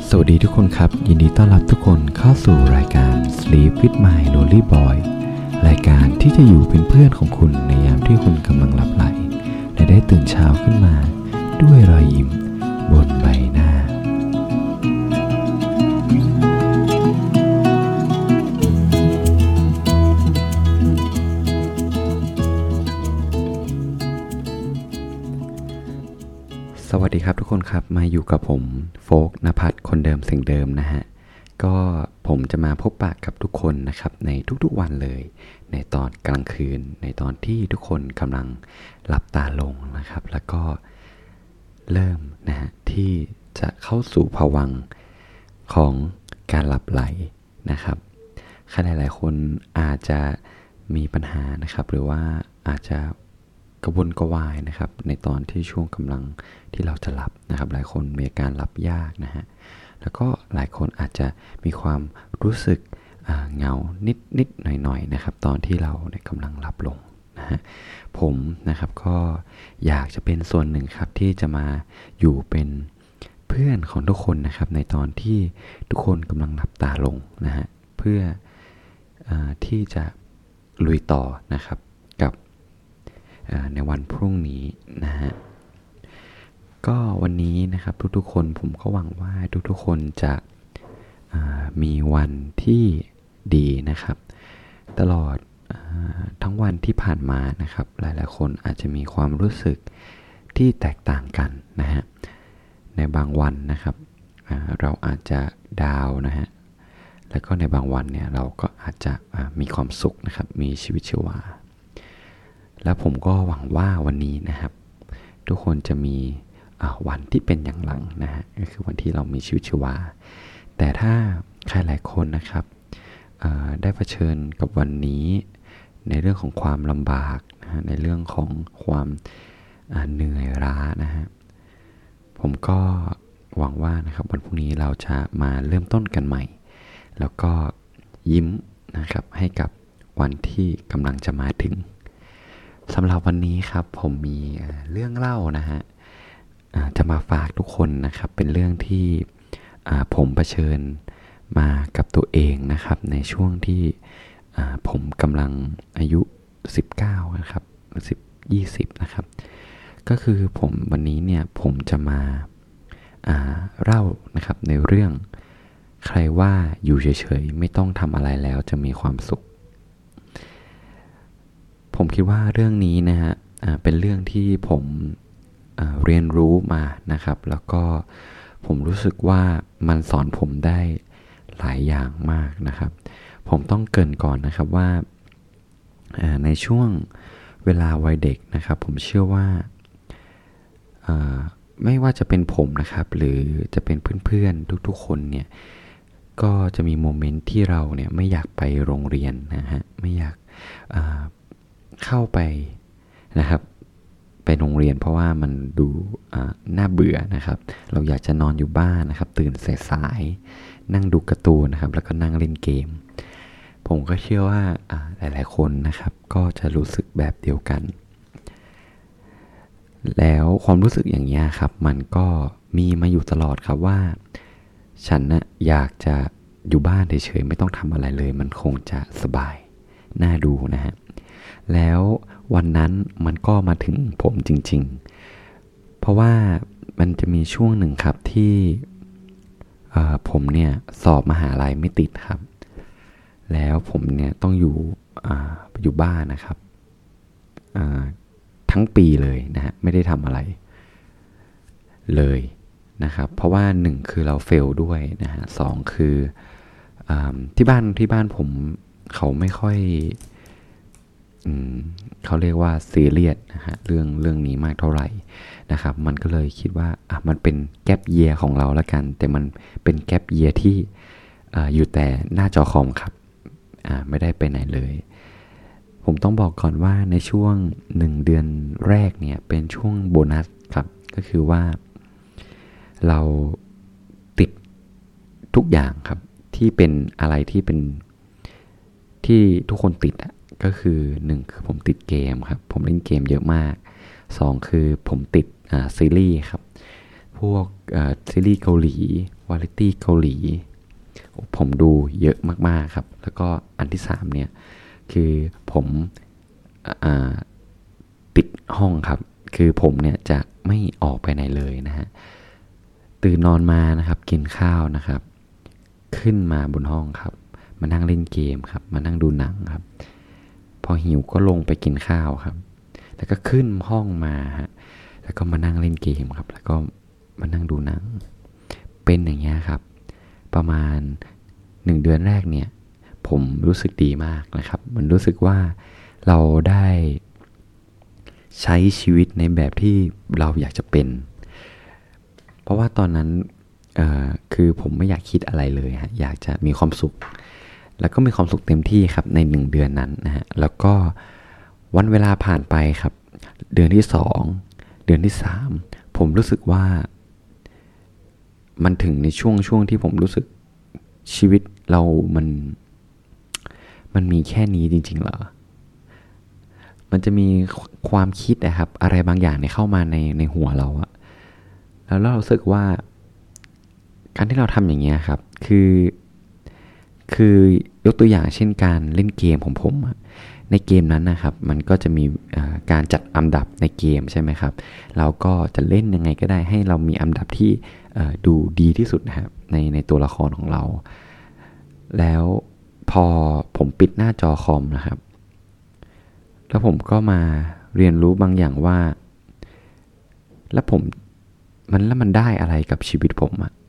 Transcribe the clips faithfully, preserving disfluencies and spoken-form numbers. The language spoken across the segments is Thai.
สวัสดีทุกคนครับยินดีต้อนรับทุกคนเข้าสู่รายการ Sleep with My Lonely Boy รายการที่จะอยู่เป็นเพื่อนของคุณในยามที่คุณกำลังหลับไหลและได้ตื่นเช้าขึ้นมาด้วยรอยยิ้มบนใบหน้าสวัสดีครับทุกคนครับมาอยู่กับผมโฟก ณภัทรคนเดิมเสียงเดิมนะฮะก็ผมจะมาพบปะกับทุกคนนะครับในทุกๆวันเลยในตอนกลางคืนในตอนที่ทุกคนกำลังหลับตาลงนะครับแล้วก็เริ่มนะฮะที่จะเข้าสู่ภวังค์ของการหลับไหลนะครับใครหลายๆคนอาจจะมีปัญหานะครับหรือว่าอาจจะกระวนกระวายนะครับในตอนที่ช่วงกำลังที่เราจะหลับนะครับหลายคนมีอาการหลับยากนะฮะแล้วก็หลายคนอาจจะมีความรู้สึกเหงานิดนิดหน่อยหน่อยนะครับตอนที่เราเนี่ยกำลังหลับลงนะฮะผมนะครับก็อยากจะเป็นส่วนหนึ่งครับที่จะมาอยู่เป็นเพื่อนของทุกคนนะครับในตอนที่ทุกคนกำลังหลับตาลงนะฮะเพื่ออที่จะลุยต่อนะครับกับในวันพรุ่งนี้นะฮะก็วันนี้นะครับทุกๆคนผมก็หวังว่าทุกๆคนจะมีวันที่ดีนะครับตลอดทั้งวันที่ผ่านมานะครับหลายๆคนอาจจะมีความรู้สึกที่แตกต่างกันนะฮะในบางวันนะครับเราอาจจะดาวนะฮะแล้วก็ในบางวันเนี่ยเราก็อาจจะมีความสุขนะครับมีชีวิตชีวาแล้วผมก็หวังว่าวันนี้นะครับทุกคนจะมีวันที่เป็นอย่างหลังนะฮะก็คือวันที่เรามีชีวิตชีวาแต่ถ้าใครหลายคนนะครับได้เผชิญกับวันนี้ในเรื่องของความลำบากนะฮะในเรื่องของความเหนื่อยล้านะฮะผมก็หวังว่านะครับวันพรุ่งนี้เราจะมาเริ่มต้นกันใหม่แล้วก็ยิ้มนะครับให้กับวันที่กำลังจะมาถึงสำหรับวันนี้ครับผมมีเรื่องเล่านะฮะจะมาฝากทุกคนนะครับเป็นเรื่องที่ผมเผชิญมากับตัวเองนะครับในช่วงที่ผมกำลังอายุสิบเก้านะครับสิบ ยี่สิบนะครับก็คือผมวันนี้เนี่ยผมจะมาเล่านะครับในเรื่องใครว่าอยู่เฉยๆไม่ต้องทำอะไรแล้วจะมีความสุขผมคิดว่าเรื่องนี้นะฮะเป็นเรื่องที่ผมเรียนรู้มานะครับแล้วก็ผมรู้สึกว่ามันสอนผมได้หลายอย่างมากนะครับผมต้องเกริ่นก่อนนะครับว่าในช่วงเวลาวัยเด็กนะครับผมเชื่อว่าไม่ว่าจะเป็นผมนะครับหรือจะเป็นเพื่อนๆทุกๆคนเนี่ยก็จะมีโมเมนต์ที่เราเนี่ยไม่อยากไปโรงเรียนนะฮะไม่อยากเข้าไปนะครับไปโรงเรียนเพราะว่ามันดูน่าเบื่อนะครับเราอยากจะนอนอยู่บ้านนะครับตื่นสายๆนั่งดูการ์ตูนนะครับแล้วก็นั่งเล่นเกมผมก็เชื่อว่าหลายๆคนนะครับก็จะรู้สึกแบบเดียวกันแล้วความรู้สึกอย่างนี้ครับมันก็มีมาอยู่ตลอดครับว่าฉันนะอยากจะอยู่บ้านเฉยๆไม่ต้องทำอะไรเลยมันคงจะสบายน่าดูนะฮะแล้ววันนั้นมันก็มาถึงผมจริงๆเพราะว่ามันจะมีช่วงหนึ่งครับที่ผมเนี่ยสอบมหาลัยไม่ติดครับแล้วผมเนี่ยต้องอยู่อยู่บ้านนะครับทั้งปีเลยนะฮะไม่ได้ทำอะไรเลยนะครับเพราะว่าหนึ่งคือเราเฟลด้วยนะฮะสองคือที่บ้านที่บ้านผมเขาไม่ค่อยเขาเรียกว่าซีเรียสนะฮะเรื่องเรื่องนี้มากเท่าไหร่นะครับมันก็เลยคิดว่าอ่ะมันเป็นแกปเยียร์ของเราละกันแต่มันเป็นแกปเยียร์ที่อ่าอยู่แต่หน้าจอคอมครับอ่าไม่ได้ไปไหนเลยผมต้องบอกก่อนว่าในช่วงหนึ่งเดือนแรกเนี่ยเป็นช่วงโบนัสครับก็คือว่าเราติดทุกอย่างครับที่เป็นอะไรที่เป็นที่ทุกคนติดอ่ะก็คือหนึ่งคือผมติดเกมครับผมเล่นเกมเยอะมากสองคือผมติดอ่าซีรีส์ครับพวกซีรีส์เกาหลีวาไรตี้เกาหลีผมดูเยอะมากๆครับแล้วก็อันที่สามเนี่ยคือผมติดห้องครับคือผมเนี่ยจะไม่ออกไปไหนเลยนะฮะตื่นนอนมานะครับกินข้าวนะครับขึ้นมาบนห้องครับมานั่งเล่นเกมครับมานั่งดูหนังครับพอหิวก็ลงไปกินข้าวครับแล้วก็ขึ้นห้องมาฮะแล้วก็มานั่งเล่นเกมครับแล้วก็มานั่งดูหนังเป็นอย่างเงี้ยครับประมาณหนึ่งเดือนแรกเนี่ยผมรู้สึกดีมากนะครับมันรู้สึกว่าเราได้ใช้ชีวิตในแบบที่เราอยากจะเป็นเพราะว่าตอนนั้นเอ่อคือผมไม่อยากคิดอะไรเลยฮะอยากจะมีความสุขแล้วก็มีความสุขเต็มที่ครับในหนึ่งเดือนนั้นนะฮะแล้วก็วันเวลาผ่านไปครับเดือนที่สองเดือนที่สามผมรู้สึกว่ามันถึงในช่วงช่วงที่ผมรู้สึกชีวิตเรามันมันมีแค่นี้จริงๆเหรอมันจะมีความคิดนะครับอะไรบางอย่างเนี่ยเข้ามาในในหัวเราอะแล้วเรารู้สึกว่าการที่เราทำอย่างเงี้ยครับคือคือยกตัวอย่างเช่นการเล่นเกมของผมในเกมนั้นนะครับมันก็จะมีการจัดอันดับในเกมใช่ไหมครับเราก็จะเล่นยังไงก็ได้ให้เรามีอันดับที่ดูดีที่สุดนะครับในในตัวละครของเราแล้วพอผมปิดหน้าจอคอมนะครับแล้วผมก็มาเรียนรู้บางอย่างว่าแล้วผมมันแล้วมันได้อะไรกับชีวิตผมอะ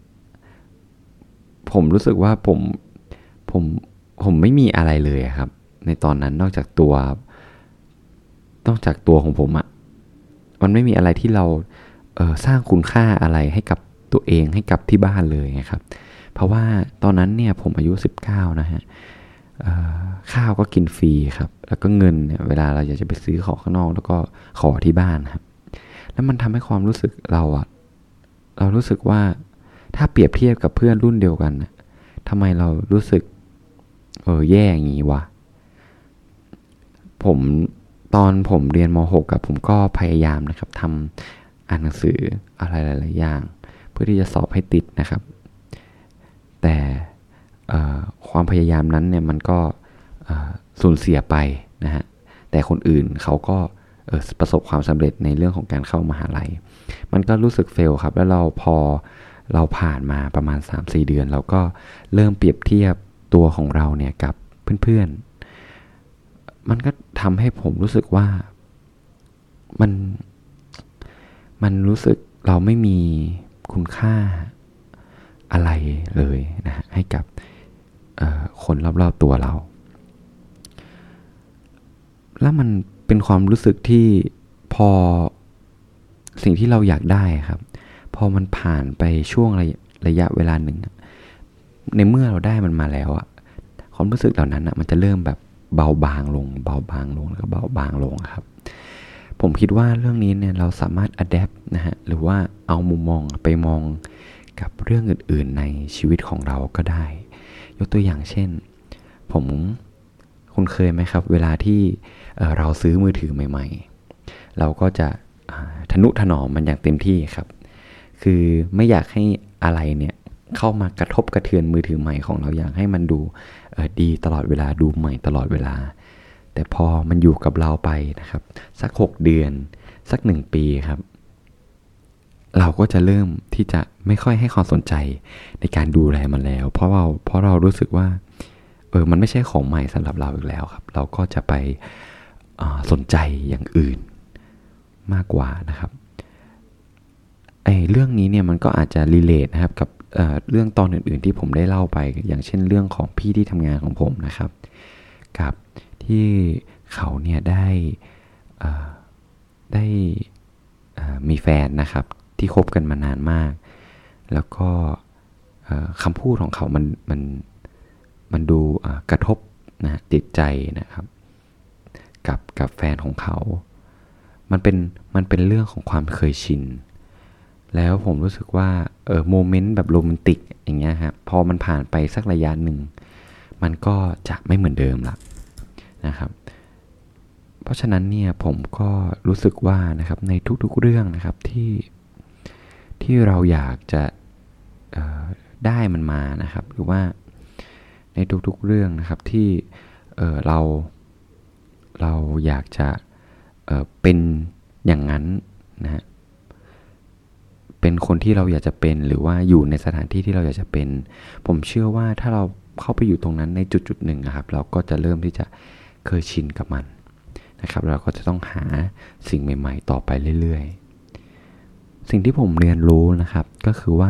ผมรู้สึกว่าผมผมผมไม่มีอะไรเลยครับในตอนนั้นนอกจากตัวนอกจากตัวของผมอะมันไม่มีอะไรที่เราเอ่อสร้างคุณค่าอะไรให้กับตัวเองให้กับที่บ้านเลยครับเพราะว่าตอนนั้นเนี่ยผมอายุสิบเก้านะฮะข้าวก็กินฟรีครับแล้วก็เงินเนี่ยเวลาเราอยากจะไปซื้อของข้างนอกแล้วก็ขอที่บ้านครับแล้วมันทำให้ความรู้สึกเราอะเรารู้สึกว่าถ้าเปรียบเทียบกับเพื่อนรุ่นเดียวกันทำไมเรารู้สึกเออแย่อย่างนี้วะผมตอนผมเรียนม หก กับผมก็พยายามนะครับทำอ่านหนังสืออะไรหลายๆอย่างเพื่อที่จะสอบให้ติดนะครับแต่ความพยายามนั้นเนี่ยมันก็สูญเสียไปนะฮะแต่คนอื่นเขาก็ประสบความสำเร็จในเรื่องของการเข้ามหาลัยมันก็รู้สึกเฟลครับแล้วเราพอเราผ่านมาประมาณ สามถึงสี่ เดือนเราก็เริ่มเปรียบเทียบตัวของเราเนี่ยกับเพื่อนๆมันก็ทำให้ผมรู้สึกว่ามันมันรู้สึกเราไม่มีคุณค่าอะไรเลยนะให้กับคนรอบๆตัวเราแล้วมันเป็นความรู้สึกที่พอสิ่งที่เราอยากได้ครับพอมันผ่านไปช่วงระยะระยะเวลาหนึ่งในเมื่อเราได้มันมาแล้วอะความรู้สึกเหล่านั้นอะมันจะเริ่มแบบเบาบางลงเบาบางลงแล้วก็เบาบางลงครับผมคิดว่าเรื่องนี้เนี่ยเราสามารถอะแดปนะฮะหรือว่าเอามุมมองไปมองกับเรื่องอื่นๆในชีวิตของเราก็ได้ยกตัวอย่างเช่นผมคุณเคยไหมครับเวลาที่เอ่อเราซื้อมือถือใหม่ๆเราก็จะทนุถนอมมันอย่างเต็มที่ครับคือไม่อยากให้อะไรเนี่ยเข้ามากระทบกระเทือนมือถือใหม่ของเราอยากให้มันดูดีตลอดเวลาดูใหม่ตลอดเวลาแต่พอมันอยู่กับเราไปนะครับสักหกเดือนสักหนึ่งปีครับเราก็จะเริ่มที่จะไม่ค่อยให้ความสนใจในการดูแลมันแล้วเพราะเราเพราะเรารู้สึกว่าเออมันไม่ใช่ของใหม่สำหรับเราอีกแล้วครับเราก็จะไปสนใจอย่างอื่นมากกว่านะครับไอ้เรื่องนี้เนี่ยมันก็อาจจะรีเลทนะครับกับ เอ่อ เรื่องตอนอื่นๆที่ผมได้เล่าไปอย่างเช่นเรื่องของพี่ที่ทำงานของผมนะครับกับที่เขาเนี่ยได้ได้มีแฟนนะครับที่คบกันมานานมากแล้วก็คำพูดของเขามันมันมันดูกระทบนะจิตใจนะครับกับกับแฟนของเขามันเป็นมันเป็นเรื่องของความเคยชินแล้วผมรู้สึกว่าเออโมเมนต์แบบโรแมนติกอย่างเงี้ยครับพอมันผ่านไปสักระยะหนึ่งมันก็จะไม่เหมือนเดิมละนะครับเพราะฉะนั้นเนี่ยผมก็รู้สึกว่านะครับในทุกๆเรื่องนะครับที่ที่เราอยากจะได้มันมานะครับหรือว่าในทุกๆเรื่องนะครับที่เเราเราอยากจะเเป็นอย่างนั้นนะฮะเป็นคนที่เราอยากจะเป็นหรือว่าอยู่ในสถานที่ที่เราอยากจะเป็นผมเชื่อว่าถ้าเราเข้าไปอยู่ตรงนั้นในจุดๆหนึ่งนะครับเราก็จะเริ่มที่จะเคยชินกับมันนะครับเราก็จะต้องหาสิ่งใหม่ๆต่อไปเรื่อยๆสิ่งที่ผมเรียนรู้นะครับก็คือว่า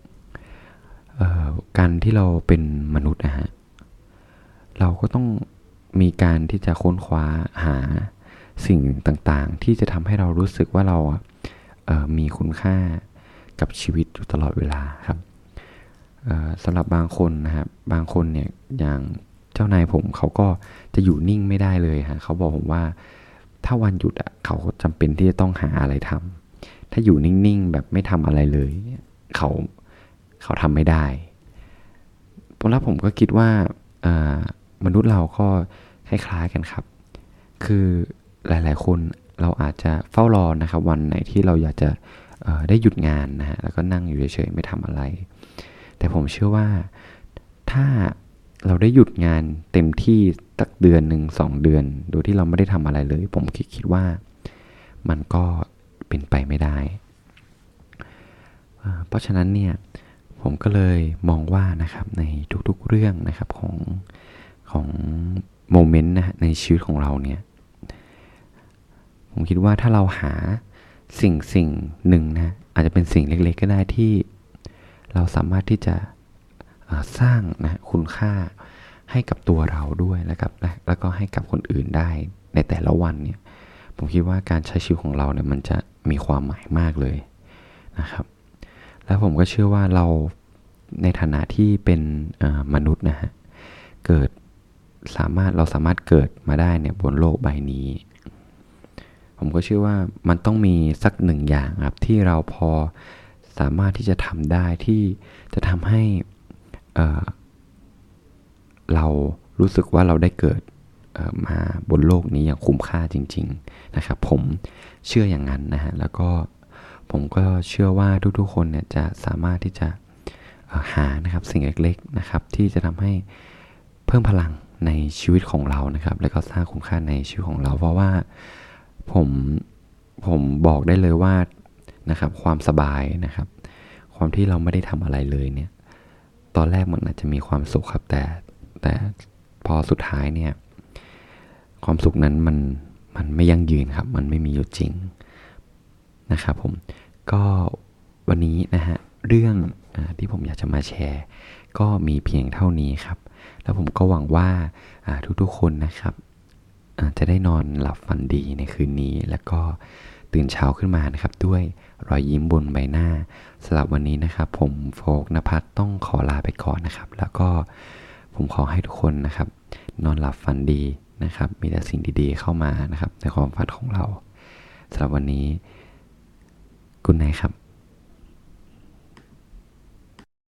การที่เราเป็นมนุษย์นะฮะเราก็ต้องมีการที่จะค้นคว้าหาสิ่งต่างๆที่จะทำให้เรารู้สึกว่าเราเอ่อมีคุณค่ากับชีวิตอยู่ตลอดเวลาครับสำหรับบางคนนะครับบางคนเนี่ยอย่างเจ้านายผมเขาก็จะอยู่นิ่งไม่ได้เลยฮะเขาบอกผมว่าถ้าวันหยุดอ่ะเขาจำเป็นที่จะต้องหาอะไรทำถ้าอยู่นิ่งๆแบบไม่ทำอะไรเลยเขาเขาทำไม่ได้แล้วผมก็คิดว่ามนุษย์เราก็คล้ายๆกันครับคือหลายๆคนเราอาจจะเฝ้ารอนะครับวันไหนที่เราอยากจะได้หยุดงานนะฮะแล้วก็นั่งอยู่เฉยๆไม่ทำอะไรแต่ผมเชื่อว่าถ้าเราได้หยุดงานเต็มที่สักเดือนหนึ่งสองเดือนโดยที่เราไม่ได้ทำอะไรเลยผมคิดว่ามันก็เป็นไปไม่ได้เพราะฉะนั้นเนี่ยผมก็เลยมองว่านะครับในทุกๆเรื่องนะครับของของโมเมนต์นะในชีวิตของเราเนี่ยผมคิดว่าถ้าเราหาสิ่งสิ่งหนึ่งนะอาจจะเป็นสิ่งเล็กๆก็ได้ที่เราสามารถที่จะสร้างนะคุณค่าให้กับตัวเราด้วยแล้วกับแล้วก็ให้กับคนอื่นได้ในแต่ละวันเนี่ยผมคิดว่าการใช้ชีวิตของเราเนี่ยมันจะมีความหมายมากเลยนะครับแล้วผมก็เชื่อว่าเราในฐานะที่เป็นมนุษย์นะฮะเกิดสามารถเราสามารถเกิดมาได้เนี่ยบนโลกใบนี้ผมก็เชื่อว่ามันต้องมีสักหนึ่งอย่างครับที่เราพอสามารถที่จะทำได้ที่จะทำให้เเรารู้สึกว่าเราได้เกิดมาบนโลกนี้อย่างคุ้มค่าจริงๆนะครับผมเชื่ออย่างนั้นนะฮะแล้วก็ผมก็เชื่อว่าทุกๆคนเนี่ยจะสามารถที่จะหานะครับสิ่งเล็กๆนะครับที่จะทำให้เพิ่มพลังในชีวิตของเรานะครับแล้วก็สร้างคุณค่าในชีวิตของเราเพราะว่าผมผมบอกได้เลยว่านะครับความสบายนะครับความที่เราไม่ได้ทำอะไรเลยเนี่ยตอนแรกมันอาจจะมีความสุขครับแต่แต่พอสุดท้ายเนี่ยความสุขนั้นมันมันไม่ยั่งยืนครับมันไม่มีอยู่จริงนะครับผมก็วันนี้นะฮะเรื่องอที่ผมอยากจะมาแชร์ก็มีเพียงเท่านี้ครับแล้วผมก็หวังว่าทุกๆคนนะครับจะได้นอนหลับฝันดีในคืนนี้แล้วก็ตื่นเช้าขึ้นมานะครับด้วยรอยยิ้มบนใบหน้าสำหรับวันนี้นะครับผมโฟก ณภัทรต้องขอลาไปก่อนนะครับแล้วก็ผมขอให้ทุกคนนะครับนอนหลับฝันดีนะครับมีแต่สิ่งดีๆเข้ามานะครับในความฝันของเราสำหรับวันนี้กุ๊ดไนท์ครับ